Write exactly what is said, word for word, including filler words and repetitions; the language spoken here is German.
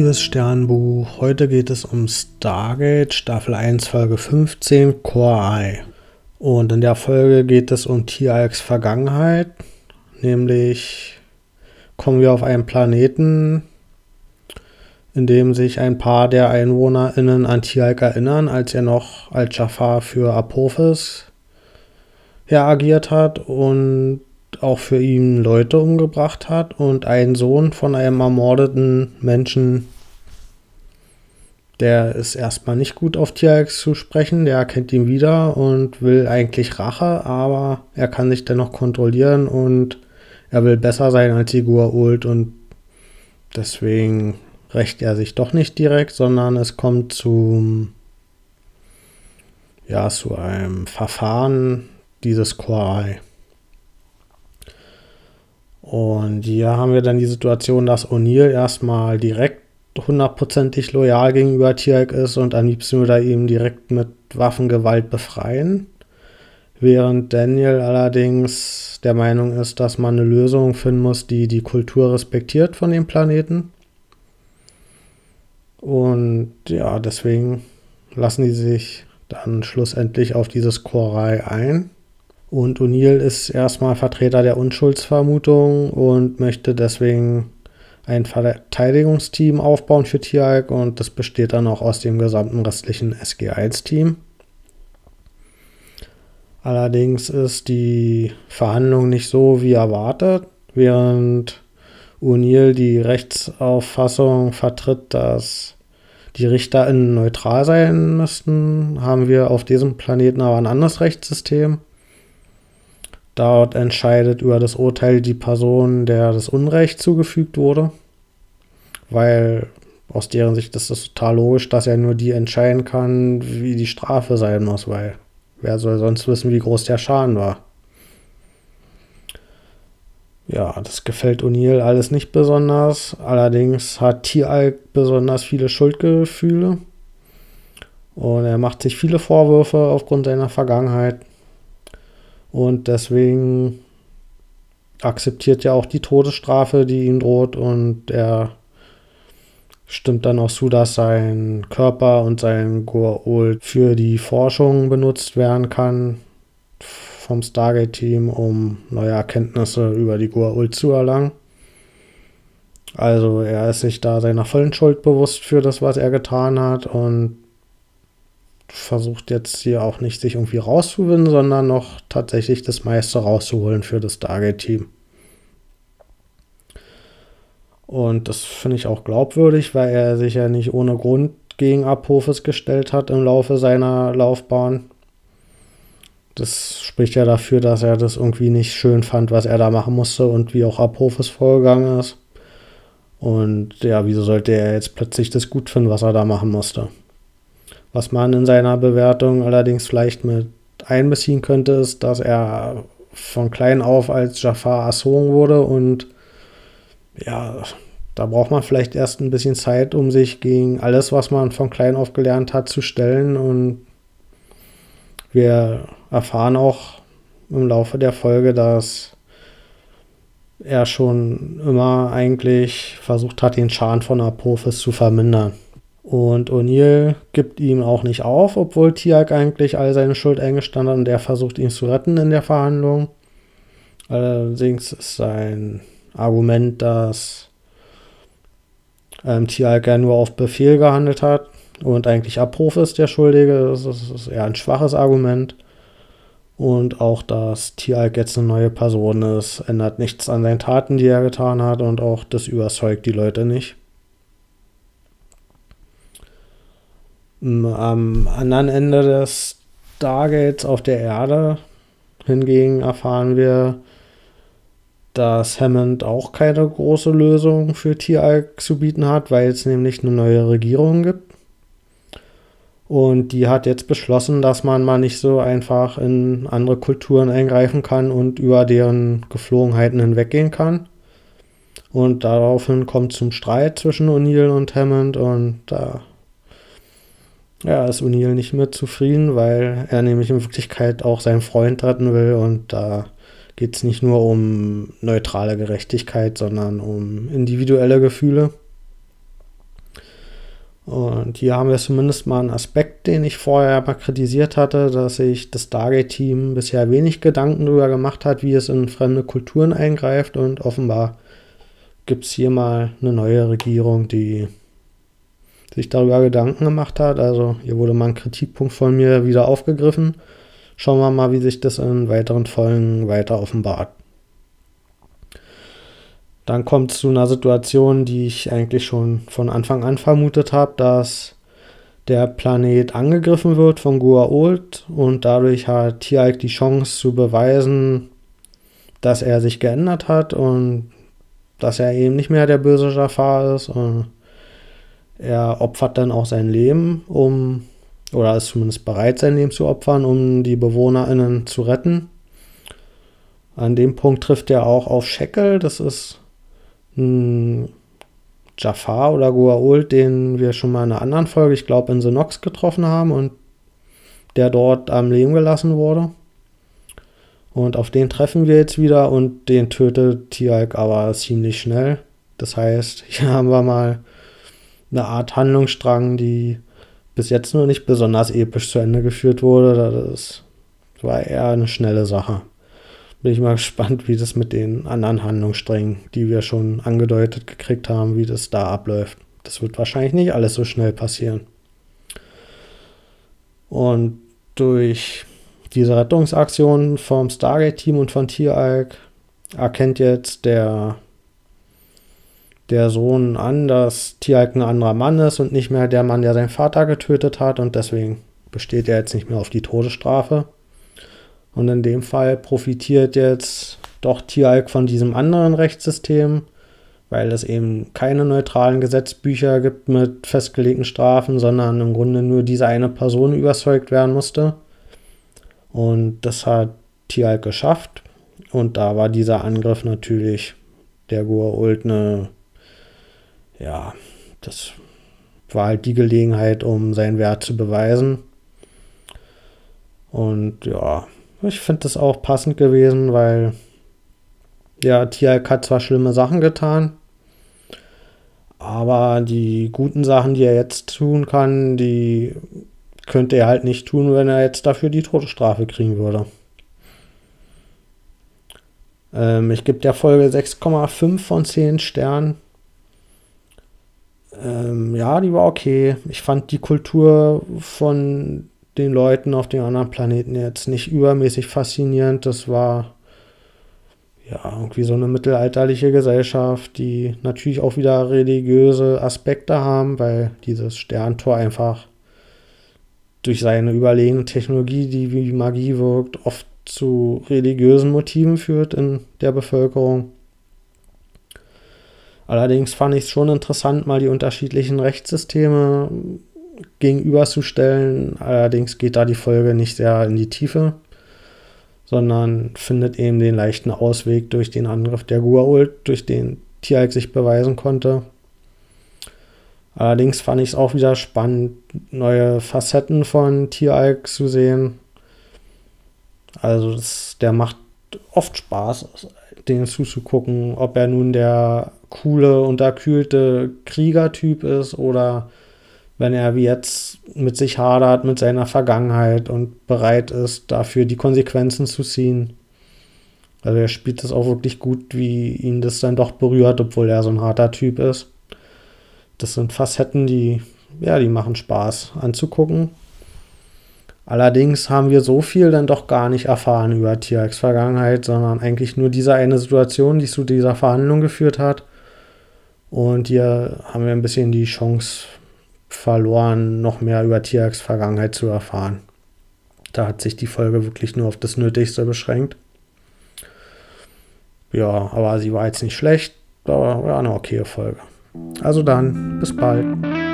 Liebes Sternbuch, heute geht es um Stargate, Staffel eins, Folge fünfzehn, Core I. Und in der Folge geht es um Tialks Vergangenheit, nämlich kommen wir auf einen Planeten, in dem sich ein paar der EinwohnerInnen an Tialk erinnern, als er noch als Jafar für Apophis ja, agiert hat und auch für ihn Leute umgebracht hat und einen Sohn von einem ermordeten Menschen, der ist erstmal nicht gut auf Tialk zu sprechen, der erkennt ihn wieder und will eigentlich Rache, aber er kann sich dennoch kontrollieren und er will besser sein als die Goa'uld und deswegen rächt er sich doch nicht direkt, sondern es kommt zum, ja, zu einem Verfahren dieses Core I. Und hier haben wir dann die Situation, dass O'Neill erstmal direkt hundertprozentig loyal gegenüber Tialk ist und am liebsten will er ihn direkt mit Waffengewalt befreien. Während Daniel allerdings der Meinung ist, dass man eine Lösung finden muss, die die Kultur respektiert von dem Planeten. Und ja, deswegen lassen die sich dann schlussendlich auf dieses Core I ein. Und O'Neill ist erstmal Vertreter der Unschuldsvermutung und möchte deswegen ein Verteidigungsteam aufbauen für Tialk und das besteht dann auch aus dem gesamten restlichen S G eins Team. Allerdings ist die Verhandlung nicht so wie erwartet, während O'Neill die Rechtsauffassung vertritt, dass die RichterInnen neutral sein müssten, haben wir auf diesem Planeten aber ein anderes Rechtssystem. Dort entscheidet über das Urteil die Person, der das Unrecht zugefügt wurde, weil aus deren Sicht ist es total logisch, dass er nur die entscheiden kann, wie die Strafe sein muss, weil wer soll sonst wissen, wie groß der Schaden war. Ja, das gefällt O'Neill alles nicht besonders, allerdings hat Tialk besonders viele Schuldgefühle und er macht sich viele Vorwürfe aufgrund seiner Vergangenheit. Und deswegen akzeptiert er auch die Todesstrafe, die ihm droht. Und er stimmt dann auch zu, dass sein Körper und sein Goa'uld für die Forschung benutzt werden kann vom Stargate-Team, um neue Erkenntnisse über die Goa'uld zu erlangen. Also er ist sich da seiner vollen Schuld bewusst für das, was er getan hat und versucht jetzt hier auch nicht sich irgendwie rauszuwinden, sondern noch tatsächlich das meiste rauszuholen für das Stargate-Team. Und das finde ich auch glaubwürdig, weil er sich ja nicht ohne Grund gegen Apophis gestellt hat im Laufe seiner Laufbahn. Das spricht ja dafür, dass er das irgendwie nicht schön fand, was er da machen musste und wie auch Apophis vorgegangen ist. Und ja, wieso sollte er jetzt plötzlich das gut finden, was er da machen musste? Was man in seiner Bewertung allerdings vielleicht mit einbeziehen könnte, ist, dass er von klein auf als Jafar erzogen wurde und ja, da braucht man vielleicht erst ein bisschen Zeit, um sich gegen alles, was man von klein auf gelernt hat, zu stellen und wir erfahren auch im Laufe der Folge, dass er schon immer eigentlich versucht hat, den Schaden von Apophis zu vermindern. Und O'Neill gibt ihm auch nicht auf, obwohl Tialk eigentlich all seine Schuld eingestanden hat und er versucht, ihn zu retten in der Verhandlung. Allerdings ist sein Argument, dass ähm, Tialk ja nur auf Befehl gehandelt hat und eigentlich Apophis der Schuldige. Das ist, das ist eher ein schwaches Argument. Und auch, dass Tialk jetzt eine neue Person ist, ändert nichts an seinen Taten, die er getan hat und auch das überzeugt die Leute nicht. Am anderen Ende des Stargates auf der Erde hingegen erfahren wir, dass Hammond auch keine große Lösung für Tialk zu bieten hat, weil es nämlich eine neue Regierung gibt. Und die hat jetzt beschlossen, dass man mal nicht so einfach in andere Kulturen eingreifen kann und über deren Geflogenheiten hinweggehen kann. Und daraufhin kommt es zum Streit zwischen O'Neill und Hammond und da ja, ist O'Neill nicht mehr zufrieden, weil er nämlich in Wirklichkeit auch seinen Freund retten will und da geht es nicht nur um neutrale Gerechtigkeit, sondern um individuelle Gefühle. Und hier haben wir zumindest mal einen Aspekt, den ich vorher mal kritisiert hatte, dass sich das Stargate-Team bisher wenig Gedanken darüber gemacht hat, wie es in fremde Kulturen eingreift. Und offenbar gibt es hier mal eine neue Regierung, die sich darüber Gedanken gemacht hat. Also hier wurde mal ein Kritikpunkt von mir wieder aufgegriffen. Schauen wir mal, wie sich das in weiteren Folgen weiter offenbart. Dann kommt es zu einer Situation, die ich eigentlich schon von Anfang an vermutet habe, dass der Planet angegriffen wird von Goa'uld und dadurch hat Tialk die Chance zu beweisen, dass er sich geändert hat und dass er eben nicht mehr der böse Jafar ist. Und er opfert dann auch sein Leben, um, oder ist zumindest bereit, sein Leben zu opfern, um die BewohnerInnen zu retten. An dem Punkt trifft er auch auf Shekel, das ist ein Jafar oder Goa'uld, den wir schon mal in einer anderen Folge, ich glaube in The Nox, getroffen haben und der dort am Leben gelassen wurde. Und auf den treffen wir jetzt wieder und den tötet Tialk aber ziemlich schnell. Das heißt, hier haben wir mal eine Art Handlungsstrang, die bis jetzt nur nicht besonders episch zu Ende geführt wurde. Das war eher eine schnelle Sache. Bin ich mal gespannt, wie das mit den anderen Handlungssträngen, die wir schon angedeutet gekriegt haben, wie das da abläuft. Das wird wahrscheinlich nicht alles so schnell passieren. Und durch diese Rettungsaktion vom Stargate-Team und von Tialk erkennt jetzt der, der Sohn an, dass Tialk ein anderer Mann ist und nicht mehr der Mann, der seinen Vater getötet hat, und deswegen besteht er jetzt nicht mehr auf die Todesstrafe. Und in dem Fall profitiert jetzt doch Tialk von diesem anderen Rechtssystem, weil es eben keine neutralen Gesetzbücher gibt mit festgelegten Strafen, sondern im Grunde nur diese eine Person überzeugt werden musste. Und das hat Tialk geschafft. Und da war dieser Angriff natürlich der Goa'uld eine, ja, das war halt die Gelegenheit, um seinen Wert zu beweisen. Und ja, ich finde das auch passend gewesen, weil ja, Tialk hat zwar schlimme Sachen getan, aber die guten Sachen, die er jetzt tun kann, die könnte er halt nicht tun, wenn er jetzt dafür die Todesstrafe kriegen würde. Ähm, ich gebe der Folge sechs Komma fünf von zehn Sternen. Ähm, ja, die war okay. Ich fand die Kultur von den Leuten auf den anderen Planeten jetzt nicht übermäßig faszinierend. Das war ja irgendwie so eine mittelalterliche Gesellschaft, die natürlich auch wieder religiöse Aspekte haben, weil dieses Sterntor einfach durch seine überlegene Technologie, die wie Magie wirkt, oft zu religiösen Motiven führt in der Bevölkerung. Allerdings fand ich es schon interessant, mal die unterschiedlichen Rechtssysteme gegenüberzustellen. Allerdings geht da die Folge nicht sehr in die Tiefe, sondern findet eben den leichten Ausweg durch den Angriff der Goa'uld, durch den Tialk sich beweisen konnte. Allerdings fand ich es auch wieder spannend, neue Facetten von Tialk zu sehen. Also das, der macht oft Spaß, denen zuzugucken, ob er nun der coole, unterkühlte Kriegertyp ist oder wenn er wie jetzt mit sich hadert, mit seiner Vergangenheit und bereit ist, dafür die Konsequenzen zu ziehen. Also er spielt das auch wirklich gut, wie ihn das dann doch berührt, obwohl er so ein harter Typ ist. Das sind Facetten, die, ja, die machen Spaß anzugucken. Allerdings haben wir so viel dann doch gar nicht erfahren über Tialks Vergangenheit, sondern eigentlich nur diese eine Situation, die zu dieser Verhandlung geführt hat. Und hier haben wir ein bisschen die Chance verloren, noch mehr über Tialks Vergangenheit zu erfahren. Da hat sich die Folge wirklich nur auf das Nötigste beschränkt. Ja, aber sie war jetzt nicht schlecht, aber war eine okaye Folge. Also dann, bis bald.